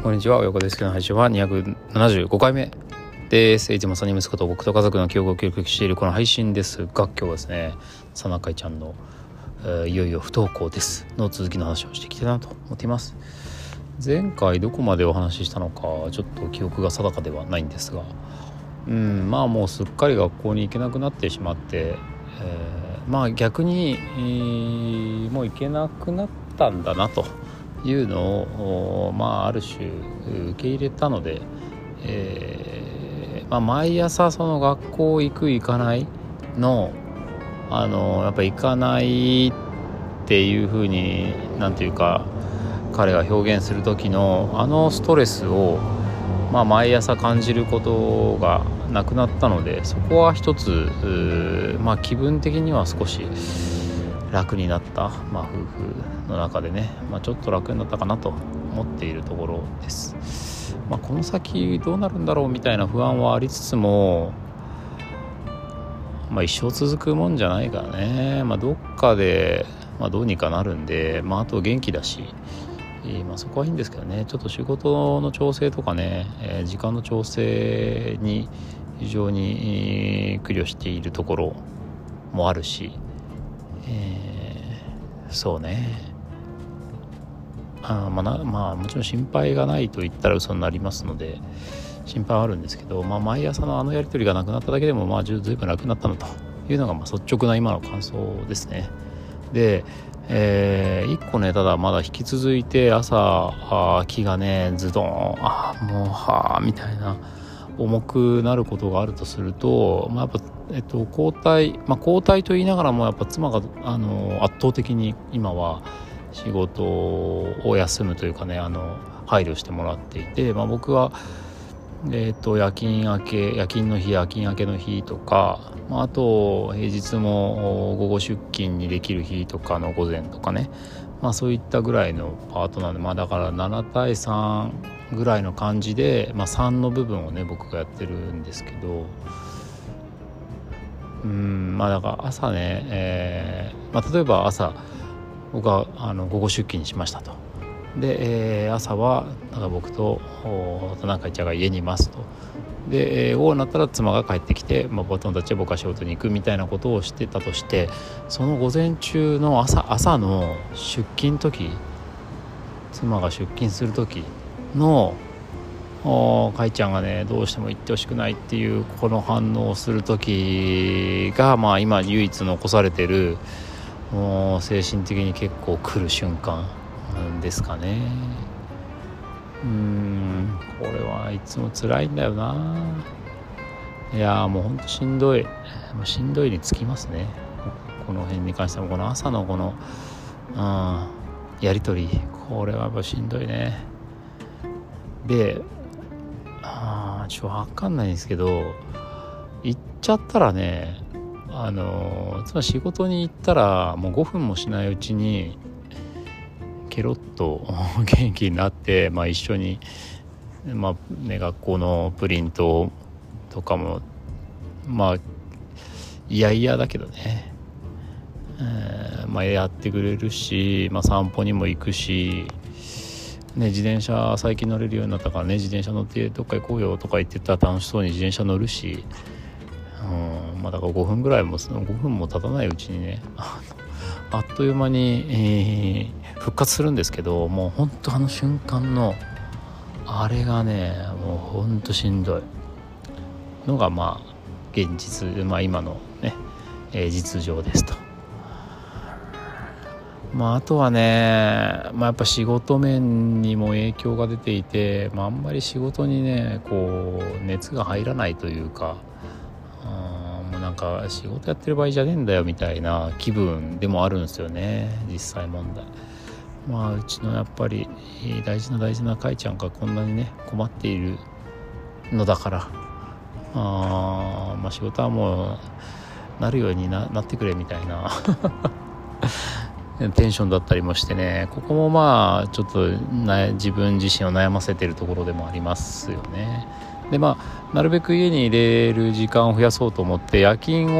こんにちは、横ですけど配信は275回目です。いつも3人息子と僕と家族の記憶を記録しているこの配信ですが、今日はですね、さなかいちゃんの、いよいよ不登校ですの続きの話をしていきたいなと思っています。前回どこまでお話ししたのかちょっと記憶が定かではないんですが、もうすっかり学校に行けなくなってしまって、逆に、もう行けなくなったんだなというのを、ある種受け入れたので、毎朝その学校行く行かないのやっぱ行かないっていう風になんていうか彼が表現する時のストレスを毎朝感じることがなくなったので、そこは一つ気分的には少し楽になった、夫婦の中でね、ちょっと楽になったかなと思っているところです。この先どうなるんだろうみたいな不安はありつつも、一生続くもんじゃないからね、どっかで、どうにかなるんで、あと元気だし、そこはいいんですけどね、ちょっと仕事の調整とかね、時間の調整に非常に苦慮しているところもあるし、そうね、もちろん心配がないと言ったら嘘になりますので心配はあるんですけど、毎朝のやり取りがなくなっただけでもずいぶん楽になったのというのが率直な今の感想ですね。で、一個ね、ただまだ引き続いて朝気がねズドンみたいな重くなることがあるとすると、やっぱ交代と言いながらもやっぱ妻が圧倒的に今は仕事を休むというかね、配慮してもらっていて、僕は夜勤の日、夜勤明けの日とか、あと平日も午後出勤にできる日とかの午前とかね、そういったぐらいのパートなんで、だから7対3ぐらいの感じで、3の部分をね僕がやってるんですけど、だから朝ね、例えば朝僕は午後出勤にしましたと。で、朝は僕と田中ちゃんが家にいますと。で、午後になったら妻が帰ってきて、バトンタッチで僕は仕事に行くみたいなことをしてたとして、その午前中の朝の出勤時、妻が出勤する時のかいちゃんがねどうしても行ってほしくないっていうこの反応をする時が、今唯一残されてる精神的に結構来る瞬間ですかね。これはいつも辛いんだよな。いやもうほんとしんどいにつきますね。この辺に関してもこの朝のこの、やり取り、これはやっぱしんどいね。でちょっと分かんないんですけど、行っちゃったらね、つまり仕事に行ったらもう5分もしないうちにケロッと元気になって、一緒に、学校のプリントとかも嫌だけどね、やってくれるし、散歩にも行くし、自転車最近乗れるようになったからね、自転車乗ってどっか行こうよとか言ってたら楽しそうに自転車乗るし、だから5分ぐらいも5分も経たないうちにねあっという間に、復活するんですけど、もうほんと瞬間のあれがねもうほんとしんどいのが現実、今のね、実情ですと。あとはね、やっぱ仕事面にも影響が出ていて、あんまり仕事にねこう熱が入らないというか、もうなんか仕事やってる場合じゃねえんだよみたいな気分でもあるんですよね、実際問題。うちのやっぱり大事なかいちゃんがこんなにね困っているのだから、仕事はもうなるように なってくれみたいなテンションだったりもしてね、ここもちょっと自分自身を悩ませているところでもありますよね。でなるべく家に入れる時間を増やそうと思って夜勤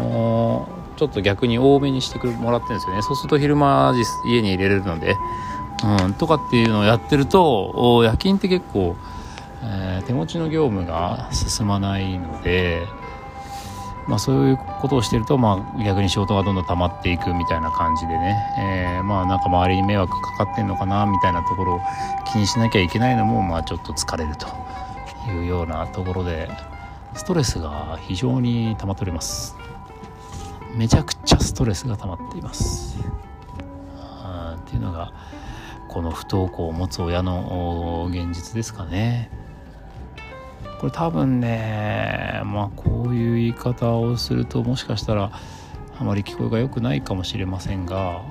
をちょっと逆に多めにしてもらってるんですよね。そうすると昼間家に入れれるので、 とかっていうのをやってると夜勤って結構、手持ちの業務が進まないので、そういうことをしてると、逆に仕事がどんどん溜まっていくみたいな感じでね、なんか周りに迷惑かかってんのかなみたいなところを気にしなきゃいけないのも、ちょっと疲れるというようなところでストレスが非常に溜まっております。めちゃくちゃストレスが溜まっていますっていうのがこの不登校を持つ親の現実ですかね。これ多分ね、こういう言い方をするともしかしたらあまり聞こえが良くないかもしれませんが、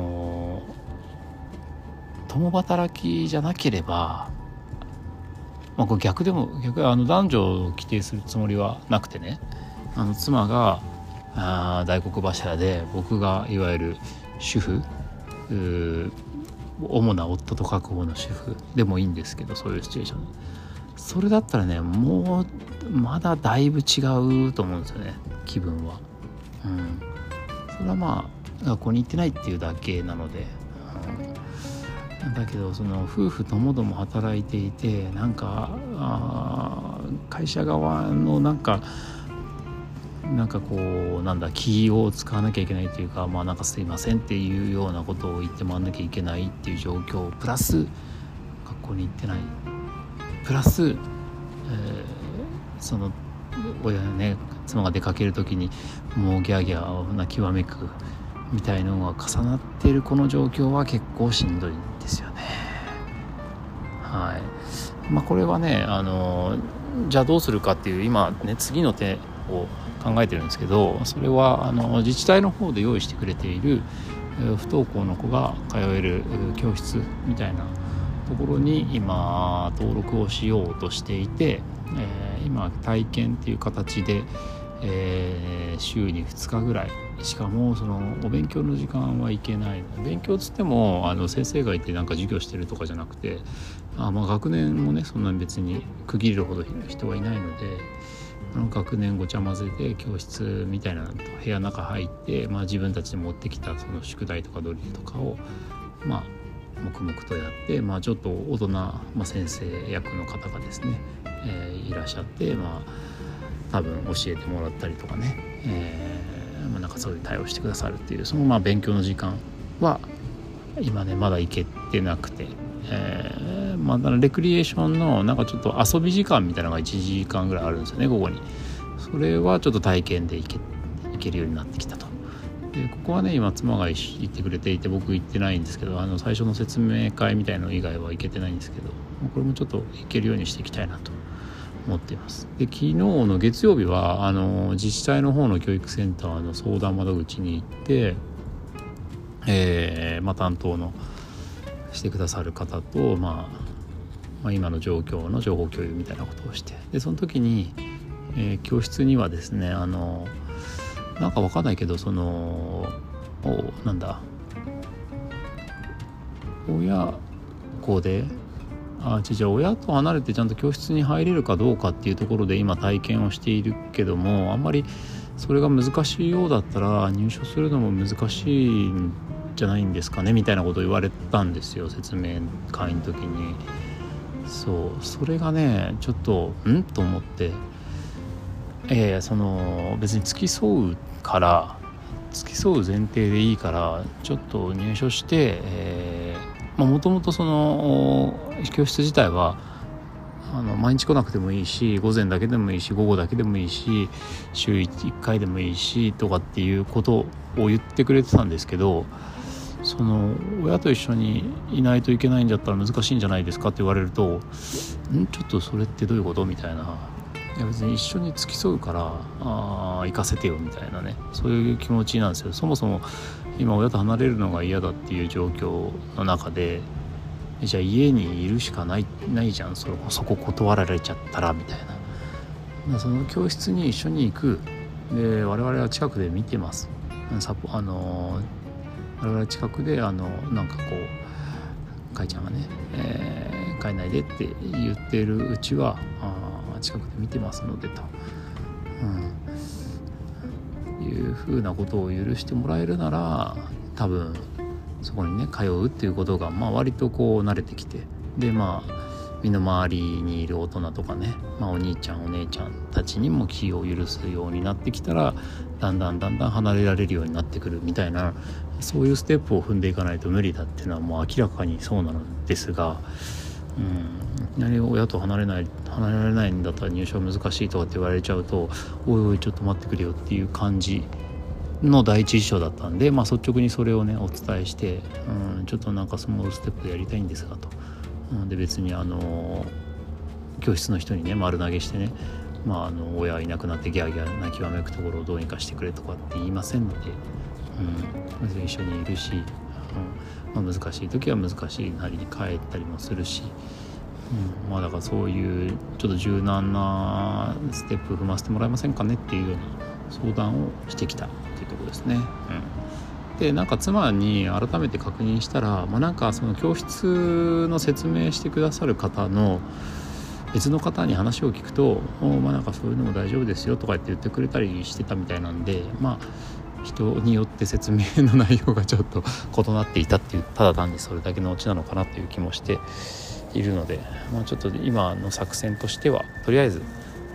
共働きじゃなければ、これ逆は男女を規定するつもりはなくてね、妻が大黒柱で僕がいわゆる主婦、主な夫と覚悟の主婦でもいいんですけど、そういうシチュエーションそれだったらね、もうまだだいぶ違うと思うんですよね、気分は。それは学校に行ってないっていうだけなので、だけどその夫婦ともども働いていて、なんか会社側のなんかこう気を使わなきゃいけないというか、なんかすいませんっていうようなことを言って回んなきゃいけないっていう状況プラス学校に行ってないプラス、その親ね、妻が出かける時にもうギャーギャー泣きわめくみたいなのが重なっているこの状況は結構しんどいんですよね。これはね、じゃあどうするかっていう今ね、次の手を考えてるんですけど、それは自治体の方で用意してくれている不登校の子が通える教室みたいなところに今登録をしようとしていて、今体験っていう形で、週に2日ぐらい、しかもそのお勉強の時間は行けない。勉強つっても先生がいてなんか授業してるとかじゃなくて、学年もねそんなに別に区切るほど人はいないので、学年ごちゃ混ぜで教室みたいなのと部屋の中入って、自分たちで持ってきたその宿題とかドリルとかを黙々とやって、ちょっと大人、先生役の方がですね、いらっしゃって、多分教えてもらったりとかね、なんかそういう対応してくださるっていう、その勉強の時間は今ねまだ行けてなくて、レクリエーションのなんかちょっと遊び時間みたいなのが1時間ぐらいあるんですよね、午後に。それはちょっと体験で行けるようになってきたと。でここはね今妻が行ってくれていて僕行ってないんですけど、最初の説明会みたいの以外は行けてないんですけど、これもちょっと行けるようにしていきたいなと思っています。で昨日の月曜日は自治体の方の教育センターの相談窓口に行って、担当のしてくださる方と、今の状況の情報共有みたいなことをして、でその時に、教室にはですねなんかわかんないけど親子で親と離れてちゃんと教室に入れるかどうかっていうところで今体験をしているけども、あんまりそれが難しいようだったら入所するのも難しいんじゃないんですかねみたいなことを言われたんですよ、説明会の時に。それがねちょっとと思って、別に付き添う前提でいいからちょっと入所して、もともとその教室自体は毎日来なくてもいいし、午前だけでもいいし午後だけでもいいし週 1回でもいいしとかっていうことを言ってくれてたんですけど、その親と一緒にいないといけないんだったら難しいんじゃないですかって言われると、ちょっとそれってどういうことみたいな。いや別に一緒に付き添うから行かせてよみたいなね、そういう気持ちなんですよ。そもそも今親と離れるのが嫌だっていう状況の中で、じゃあ家にいるしかないじゃん、そこ断られちゃったらみたいな。その教室に一緒に行くで、我々は近くで見てます。我々は近くでなんかこうかいちゃんがね、帰んないでって言ってるうちは近くで見てますのでと、いうふうなことを許してもらえるなら多分そこにね通うっていうことが割とこう慣れてきて、で身の回りにいる大人とかね、お兄ちゃんお姉ちゃんたちにも気を許すようになってきたらだんだん離れられるようになってくるみたいな、そういうステップを踏んでいかないと無理だっていうのはもう明らかにそうなのですが、いきなり親と離れられないんだったら入賞難しいとかって言われちゃうと、おいおいちょっと待ってくれよっていう感じの第一印象だったんで、率直にそれをねお伝えして、ちょっとなんかスモールステップでやりたいんですがと、で別に教室の人にね丸投げしてね、親いなくなってギャーギャー泣きわめくところをどうにかしてくれとかって言いませんので、一緒にいるし、難しい時は難しいなりに帰ったりもするし、だからそういうちょっと柔軟なステップ踏ませてもらえませんかねっていうような相談をしてきたっていうところですね。でなんか妻に改めて確認したら、なんかその教室の説明してくださる方の別の方に話を聞くと、なんかそういうのも大丈夫ですよとか言ってくれたりしてたみたいなんで、人によって説明の内容がちょっと異なっていたっていう、ただ単にそれだけのオチなのかなという気もしているので、ちょっと今の作戦としてはとりあえず、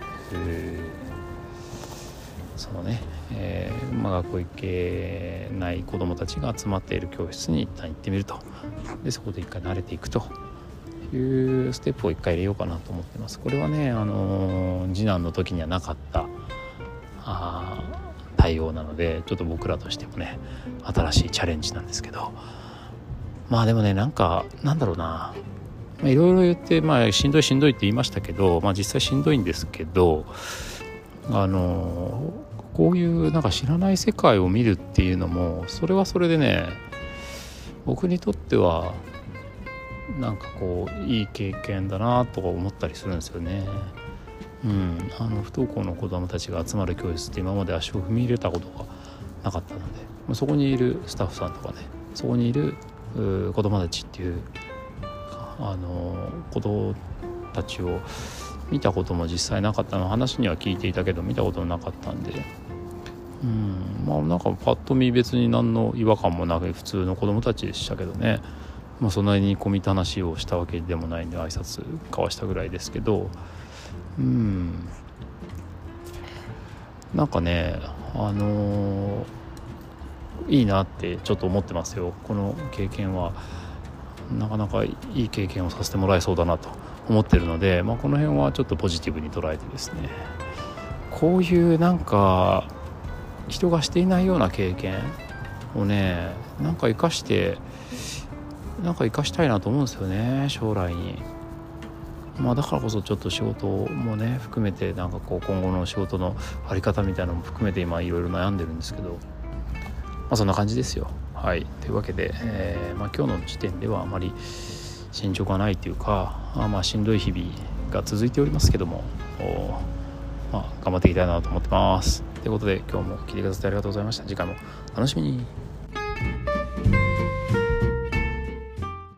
そのね、学校行けない子どもたちが集まっている教室に一旦行ってみると、でそこで一回慣れていくというステップを一回入れようかなと思ってます。これはね、次男の時にはなかった対応なので、ちょっと僕らとしてもね新しいチャレンジなんですけど、でもねなんだろうな、いろいろ言って、しんどいって言いましたけど、実際しんどいんですけど、こういうなんか知らない世界を見るっていうのもそれはそれでね、僕にとってはなんかこういい経験だなとか思ったりするんですよね。不登校の子どもたちが集まる教室って今まで足を踏み入れたことがなかったので、そこにいるスタッフさんとかね、そこにいる子どもたちっていう子どもたちを見たことも実際なかったの、話には聞いていたけど見たこともなかったんで、なんかパッと見別に何の違和感もなく普通の子どもたちでしたけどね、そんなに込み入った話をしたわけでもないんで挨拶交わしたぐらいですけど、なんかねいいなってちょっと思ってますよ。この経験はなかなかいい経験をさせてもらえそうだなと思ってるので、この辺はちょっとポジティブに捉えてですね、こういうなんか人がしていないような経験をねなんか生かしたいなと思うんですよね、将来に。だからこそちょっと仕事もね含めてなんかこう今後の仕事のあり方みたいなのも含めて今いろいろ悩んでるんですけど、そんな感じですよ。はい、というわけで、今日の時点ではあまり進捗がないというか、しんどい日々が続いておりますけども、頑張っていきたいなと思ってます。ということで今日も聞いてくださってありがとうございました。次回も楽しみに。